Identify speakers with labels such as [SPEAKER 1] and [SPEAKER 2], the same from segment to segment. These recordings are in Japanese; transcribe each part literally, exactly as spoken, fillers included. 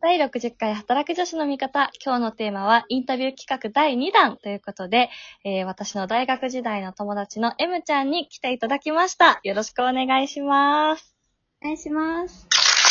[SPEAKER 1] だいろくじゅっかい働く女子の味方。今日のテーマはインタビュー企画だいにだんということで、えー、私の大学時代の友達の M ちゃんに来ていただきました。よろしくお願いします。
[SPEAKER 2] お願いします。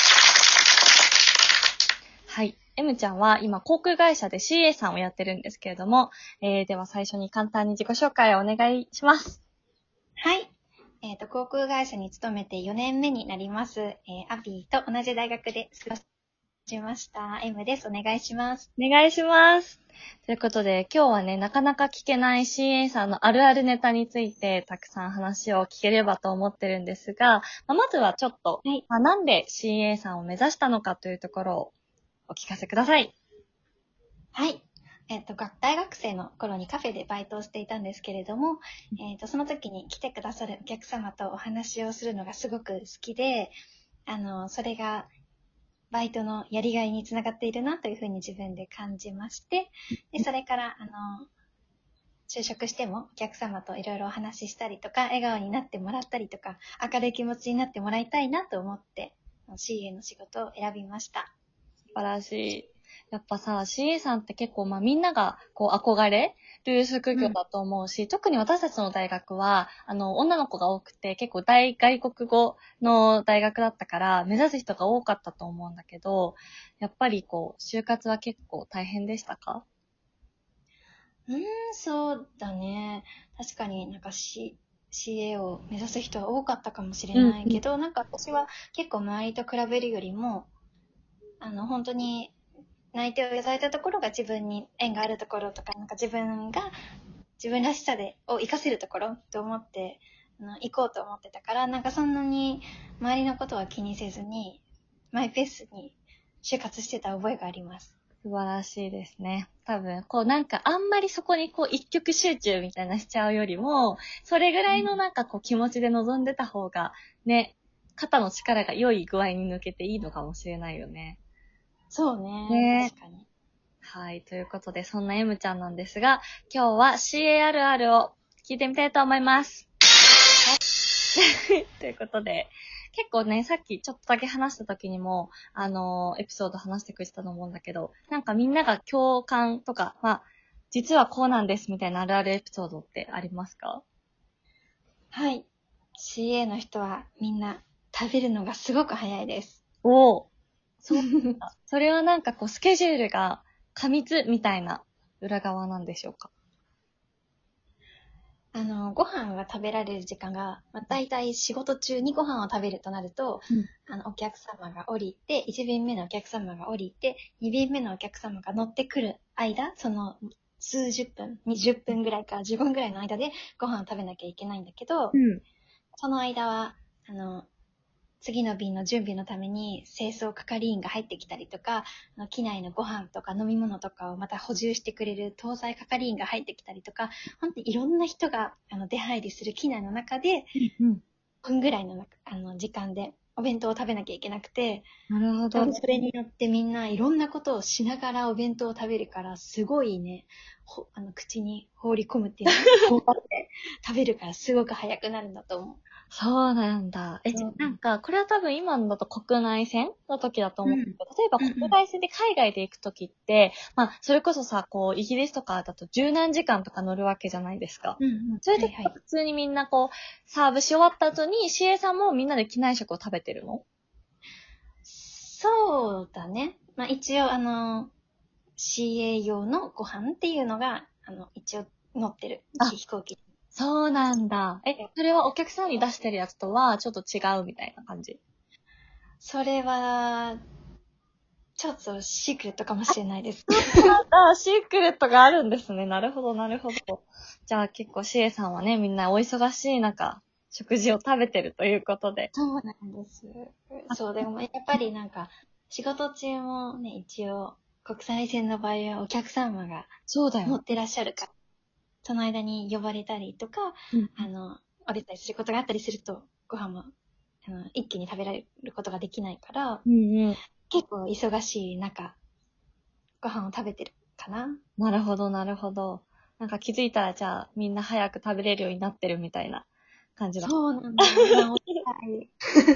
[SPEAKER 1] はい。M ちゃんは今航空会社で シーエー さんをやってるんですけれども、えー、では最初に簡単に自己紹介をお願いします。
[SPEAKER 2] はい。えっ、ー、と、航空会社に勤めてよねんめになります。えー、アビーと同じ大学で過ごしました。M です。お願いします。
[SPEAKER 1] お願いします。ということで、今日はね、なかなか聞けない シーエー さんのあるあるネタについて、たくさん話を聞ければと思ってるんですが、まあ、まずはちょっと、
[SPEAKER 2] はい。
[SPEAKER 1] まあ、なんで シーエー さんを目指したのかというところをお聞かせください。
[SPEAKER 2] はい。えっ、ー、と、大学生の頃にカフェでバイトをしていたんですけれども、えっ、ー、と、その時に来てくださるお客様とお話をするのがすごく好きで、あの、それが、バイトのやりがいにつながっているなというふうに自分で感じまして、で、それから、あの、就職してもお客様といろいろお話ししたりとか、笑顔になってもらったりとか、明るい気持ちになってもらいたいなと思って、シーエー の仕事を選びました。
[SPEAKER 1] 素晴らしい。やっぱさ、シーエー さんって結構まあみんながこう憧れる職業だと思うし、うん、特に私たちの大学は、あの、女の子が多くて結構大外国語の大学だったから目指す人が多かったと思うんだけど、やっぱりこう、就活は結構大変でしたか？
[SPEAKER 2] うーん、そうだね。確かになんか C、シーエー を目指す人は多かったかもしれないけど、うん、なんか私は結構周りと比べるよりも、あの、本当に内定をいただいたところが自分に縁があるところとか、なんか自分が自分らしさでを活かせるところと思ってあの行こうと思ってたから、なんかそんなに周りのことは気にせずにマイペースに就活してた覚えがあります。
[SPEAKER 1] 素晴らしいですね。多分、こうなんかあんまりそこにこう一極集中みたいなしちゃうよりも、それぐらいのなんかこう気持ちで臨んでた方がね、肩の力が良い具合に抜けていいのかもしれないよね。
[SPEAKER 2] そうね。ね、確かに。
[SPEAKER 1] はい。ということで、そんな M ちゃんなんですが、今日は シーエー あるあるを聞いてみたいと思います。はい。ということで、結構ね、さっきちょっとだけ話した時にも、あのー、エピソード話してくれてたと思うんだけど、なんかみんなが共感とか、まあ、実はこうなんですみたいなあるあるエピソードってありますか？
[SPEAKER 2] はい。シーエー の人はみんな食べるのがすごく早いです。
[SPEAKER 1] おー。そう。それはなんかこう、スケジュールが過密みたいな裏側なんでしょうか？
[SPEAKER 2] あの、ご飯が食べられる時間が、まあ、大体仕事中にご飯を食べるとなると、うん、あの、お客様が降りて、いち便目のお客様が降りて、に便目のお客様が乗ってくる間、その数十分、にじゅっぷんぐらいからじゅうごふんぐらいの間でご飯を食べなきゃいけないんだけど、うん、その間は、あの、次の便の準備のために清掃係員が入ってきたりとか、機内のご飯とか飲み物とかをまた補充してくれる搭載係員が入ってきたりとか、本当にいろんな人があの出入りする機内の中で、うん、ごふんぐらいのあの時間でお弁当を食べなきゃいけなくて、
[SPEAKER 1] なるほど。
[SPEAKER 2] それによってみんないろんなことをしながらお弁当を食べるから、すごいね、ほあの口に放り込むっていうのを食べるからすごく早くなるんだと思う。
[SPEAKER 1] そうなんだ。え、なんか、これは多分今のだと国内線の時だと思うんだけど、うん、例えば国外線で海外で行く時って、うんうん、まあ、それこそさ、こう、イギリスとかだと十何時間とか乗るわけじゃないですか。うんうん、それで普通にみんなこう、サーブし終わった後に シーエー さんもみんなで機内食を食べてるの？
[SPEAKER 2] そうだね。まあ一応あの、シーエー 用のご飯っていうのが、あの、一応乗ってる。飛行機。
[SPEAKER 1] そうなんだ。え、それはお客さんに出してるやつとはちょっと違うみたいな感じ？
[SPEAKER 2] それは、ちょっとシークレットかもしれないです。
[SPEAKER 1] あ、シークレットがあるんですね。なるほど、なるほど。じゃあ結構シエさんはね、みんなお忙しい中、食事を食べてるということで。
[SPEAKER 2] そうなんです。そう、でもやっぱりなんか、仕事中もね、一応、国際線の場合はお客様が乗ってらっしゃるから、その間に呼ばれたりとか、うん、あの、降りたりすることがあったりすると、ご飯もあの一気に食べられることができないから、うんうん、結構忙しい中、ご飯を食べてるかな。
[SPEAKER 1] なるほど、なるほど。なんか気づいたらじゃあみんな早く食べれるようになってるみたいな感じだ。
[SPEAKER 2] そうなんだ。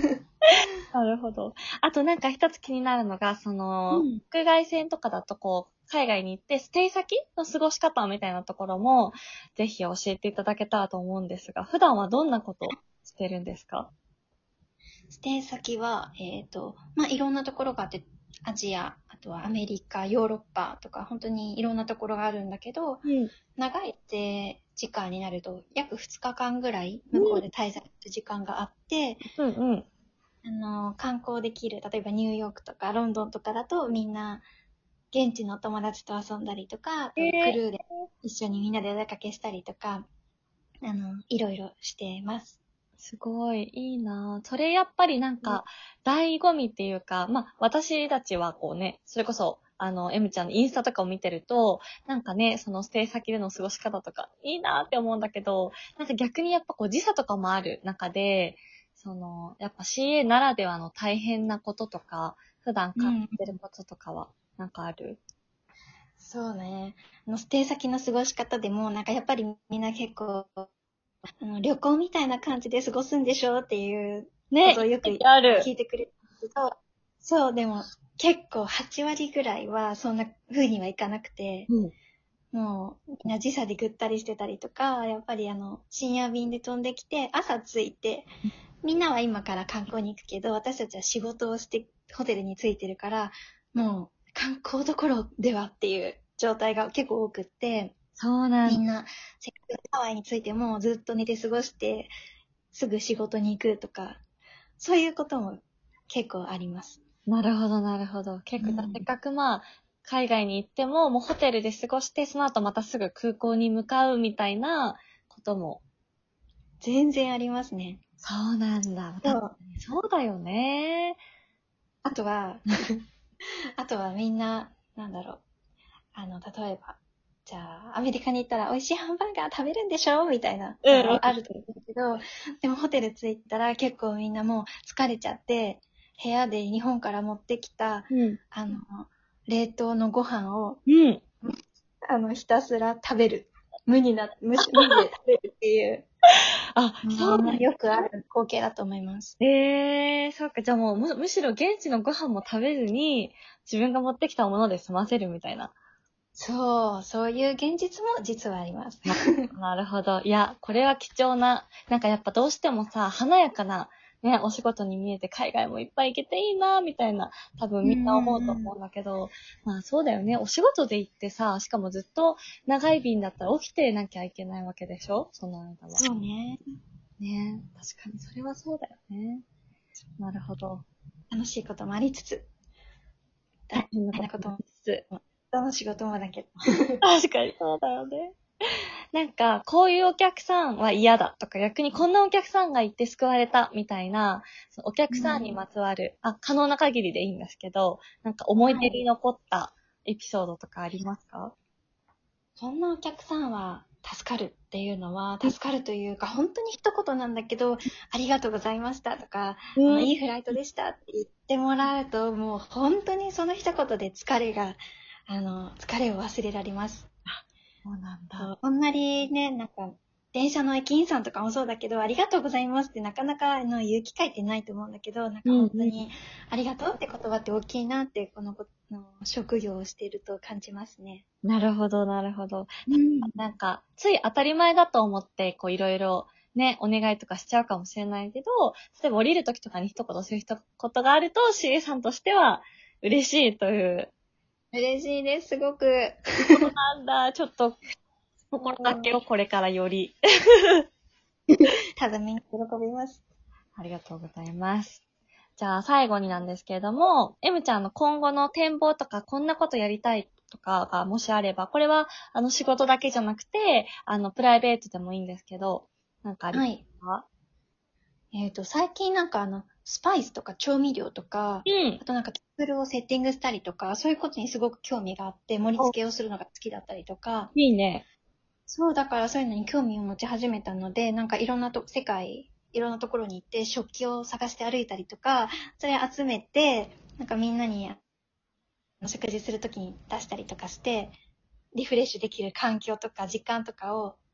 [SPEAKER 1] なるほど。あとなんか一つ気になるのが、その、
[SPEAKER 2] うん
[SPEAKER 1] 国外線とかだとこう、海外に行って、ステイ先の過ごし方みたいなところも、ぜひ教えていただけたらと思うんですが、普段はどんなことをしてるんですか？
[SPEAKER 2] ステイ先は、えっ、と、まあ、いろんなところがあって、アジア、あとはアメリカ、ヨーロッパとか、本当にいろんなところがあるんだけど、
[SPEAKER 1] うん。
[SPEAKER 2] 長いステイ時間になると、約ふつかかんぐらい向こうで滞在する時間があって、
[SPEAKER 1] うんうん。
[SPEAKER 2] あの、観光できる、例えばニューヨークとかロンドンとかだと、みんな、現地の友達と遊んだりとか、あとク
[SPEAKER 1] え
[SPEAKER 2] ルーで一緒にみんなでお出かけしたりとか、あの、いろいろしてます。
[SPEAKER 1] すごい、いいなぁ。それやっぱりなんか、醍醐味っていうか、まあ、私たちはこうね、それこそ、あの、M ちゃんのインスタとかを見てると、なんかね、そのステイ先での過ごし方とか、いいなーって思うんだけど、なんか逆にやっぱこう時差とかもある中で、その、やっぱ シーエー ならではの大変なこととか、普段感
[SPEAKER 2] うん。
[SPEAKER 1] じてることとかは、なんかある？
[SPEAKER 2] そうね。あの、ステイ先の過ごし方でも、なんかやっぱりみんな結構、あの、旅行みたいな感じで過ごすんでしょっていうこ
[SPEAKER 1] ね、
[SPEAKER 2] とをよく
[SPEAKER 1] ある。
[SPEAKER 2] 聞いてくれるけど、そう、でも結構はち割ぐらいはそんな風にはいかなくて、
[SPEAKER 1] うん。
[SPEAKER 2] もうみんな時差でぐったりしてたりとか、やっぱりあの、深夜便で飛んできて、朝着いて、みんなは今から観光に行くけど、私たちは仕事をしてホテルに着いてるから、もう観光どころではっていう状態が結構多くって、
[SPEAKER 1] そうなんだ。
[SPEAKER 2] みんな、せっかくハワイに着いてもずっと寝て過ごして、すぐ仕事に行くとか、そういうことも結構あります。
[SPEAKER 1] なるほど、なるほど。結構、
[SPEAKER 2] うん
[SPEAKER 1] せっかくまあ、海外に行っても、もうホテルで過ごして、その後またすぐ空港に向かうみたいなことも。
[SPEAKER 2] 全然ありますね。
[SPEAKER 1] そうなんだ。
[SPEAKER 2] そう。
[SPEAKER 1] そうだよね。
[SPEAKER 2] あとは、あとはみんな、なんだろう。あの、例えば、じゃあ、アメリカに行ったら美味しいハンバーガー食べるんでしょみたいな
[SPEAKER 1] うんうん。
[SPEAKER 2] のがあると思うんだけど、でもホテル着いたら結構みんなもう疲れちゃって、部屋で日本から持ってきた、
[SPEAKER 1] うん。
[SPEAKER 2] あの、冷凍のご飯を、
[SPEAKER 1] うん。
[SPEAKER 2] あの、ひたすら食べる。無にな、無し、無で食べるっていう、
[SPEAKER 1] あ、そうなんだ。
[SPEAKER 2] よくある光景だと思います。
[SPEAKER 1] ええー、そうか。じゃあもう、む、むしろ現地のご飯も食べずに、自分が持ってきたもので済ませるみたいな。
[SPEAKER 2] そう、そういう現実も実はあります。
[SPEAKER 1] な、なるほど。いや、これは貴重な、なんかやっぱどうしてもさ、華やかな、ね、お仕事に見えて海外もいっぱい行けていいな、みたいな、多分みんな思うと思うんだけど、まあそうだよね。お仕事で行ってさ、しかもずっと長い便だったら起きてなきゃいけないわけでしょ？その間は。
[SPEAKER 2] そうね。
[SPEAKER 1] ね、確かにそれはそうだよね。なるほど。
[SPEAKER 2] 楽しいこともありつつ、大変なことも、どの仕事もだけど。
[SPEAKER 1] 確かにそうだよね。なんか、こういうお客さんは嫌だとか、逆にこんなお客さんがいて救われたみたいな、そのお客さんにまつわる、あ、可能な限りでいいんですけど、なんか思い出に残ったエピソードとかありますか？
[SPEAKER 2] そんなお客さんは助かるっていうのは、助かるというか、本当に一言なんだけど、ありがとうございましたとか、あの、
[SPEAKER 1] うん。
[SPEAKER 2] いいフライトでしたって言ってもらうと、もう本当にその一言で疲れが、あの、疲れを忘れられます。
[SPEAKER 1] そうなんだ。
[SPEAKER 2] そう、あんまりね、なんか、電車の駅員さんとかもそうだけど、ありがとうございますってなかなかあの言う機会ってないと思うんだけど、なんか本当に、ありがとうって言葉って大きいなって、このこの職業をしていると感じますね。
[SPEAKER 1] なるほど、なるほど。
[SPEAKER 2] うん。
[SPEAKER 1] なんか、つい当たり前だと思って、こういろいろね、お願いとかしちゃうかもしれないけど、例えば降りるときとかに一言そういう一言があると、シーエー さんとしては嬉しいという。
[SPEAKER 2] 嬉しいです、すごく。
[SPEAKER 1] なんだ、ちょっと、心がけをこれからより。
[SPEAKER 2] ただみんな喜びます。
[SPEAKER 1] ありがとうございます。じゃあ最後になんですけれども、M ちゃんの今後の展望とか、こんなことやりたいとかがもしあれば、これはあの仕事だけじゃなくて、あのプライベートでもいいんですけど、なんかありますか？は
[SPEAKER 2] えっ、と、最近なんかあの、スパイスとか調味料とか、
[SPEAKER 1] い。うん。
[SPEAKER 2] あとなんかテーブルをセッティングしたりとか、そういうことにすごく興味があって、盛り付けをするのが好きだったりとか、
[SPEAKER 1] いいね。
[SPEAKER 2] そう、だからそういうのに興味を持ち始めたので、なんかいろんなと、世界、いろんなところに行って食器を探して歩いたりとか、それ集めて、なんかみんなに食事するときに出したりとかして、リフレッシュできる環境とか時間とかを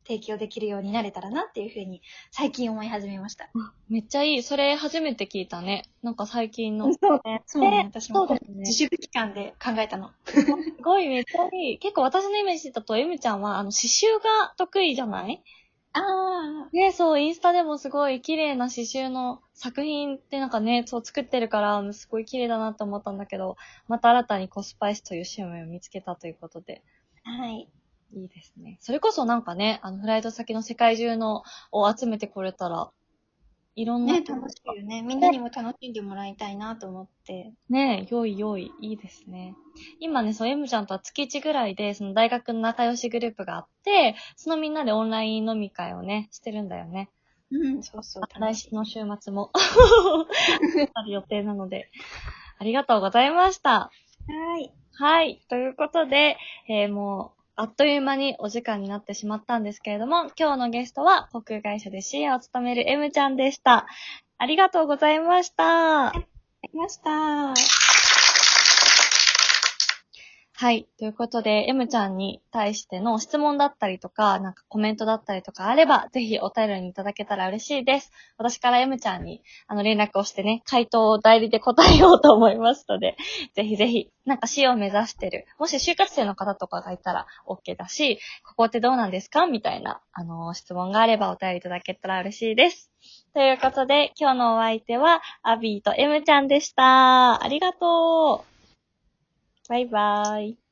[SPEAKER 2] 提供できるようになれたらなっていうふうに最近思い始めました。
[SPEAKER 1] めっちゃいい。それ初めて聞いたね。なんか最近の。
[SPEAKER 2] そうね。そうね。私も
[SPEAKER 1] そうですね。
[SPEAKER 2] 自粛期間で考えたの。
[SPEAKER 1] すごいめっちゃいい。結構私のイメージだと、エムちゃんは、あの、刺繍が得意じゃない？
[SPEAKER 2] ああ。
[SPEAKER 1] ね、そう、インスタでもすごい綺麗な刺繍の作品ってなんかね、そう作ってるから、すごい綺麗だなって思ったんだけど、また新たにコスパイスという趣味を見つけたということで。
[SPEAKER 2] はい。
[SPEAKER 1] いいですね。それこそなんかね、あの、フライト先の世界中のを集めてこれたら、いろんな。
[SPEAKER 2] ね、楽しいよね。みんなにも楽しんでもらいたいなと思って。
[SPEAKER 1] ねえ、よいよい、いいですね。今ね、そう、エムちゃんとは月いちぐらいで、その大学の仲良しグループがあって、そのみんなでオンライン飲み会をね、してるんだよね。
[SPEAKER 2] うん、そうそう。
[SPEAKER 1] 来週の週末も、ある予定なので、ありがとうございました。
[SPEAKER 2] はい。
[SPEAKER 1] はい。ということで、えー、もう、あっという間にお時間になってしまったんですけれども、今日のゲストは、航空会社で シーエー を務める M ちゃんでした。ありがとうございました。
[SPEAKER 2] ありました。
[SPEAKER 1] はい。ということで、M ちゃんに対しての質問だったりとか、なんかコメントだったりとかあれば、ぜひお便りにいただけたら嬉しいです。私から M ちゃんに、あの、連絡をしてね、回答を代理で答えようと思いますので、ぜひぜひ、なんか シー を目指してる、もし就活生の方とかがいたら OK だし、ここってどうなんですかみたいな、あの、質問があればお便りいただけたら嬉しいです。ということで、今日のお相手は、アビーと M ちゃんでした。ありがとう。バイバーイ。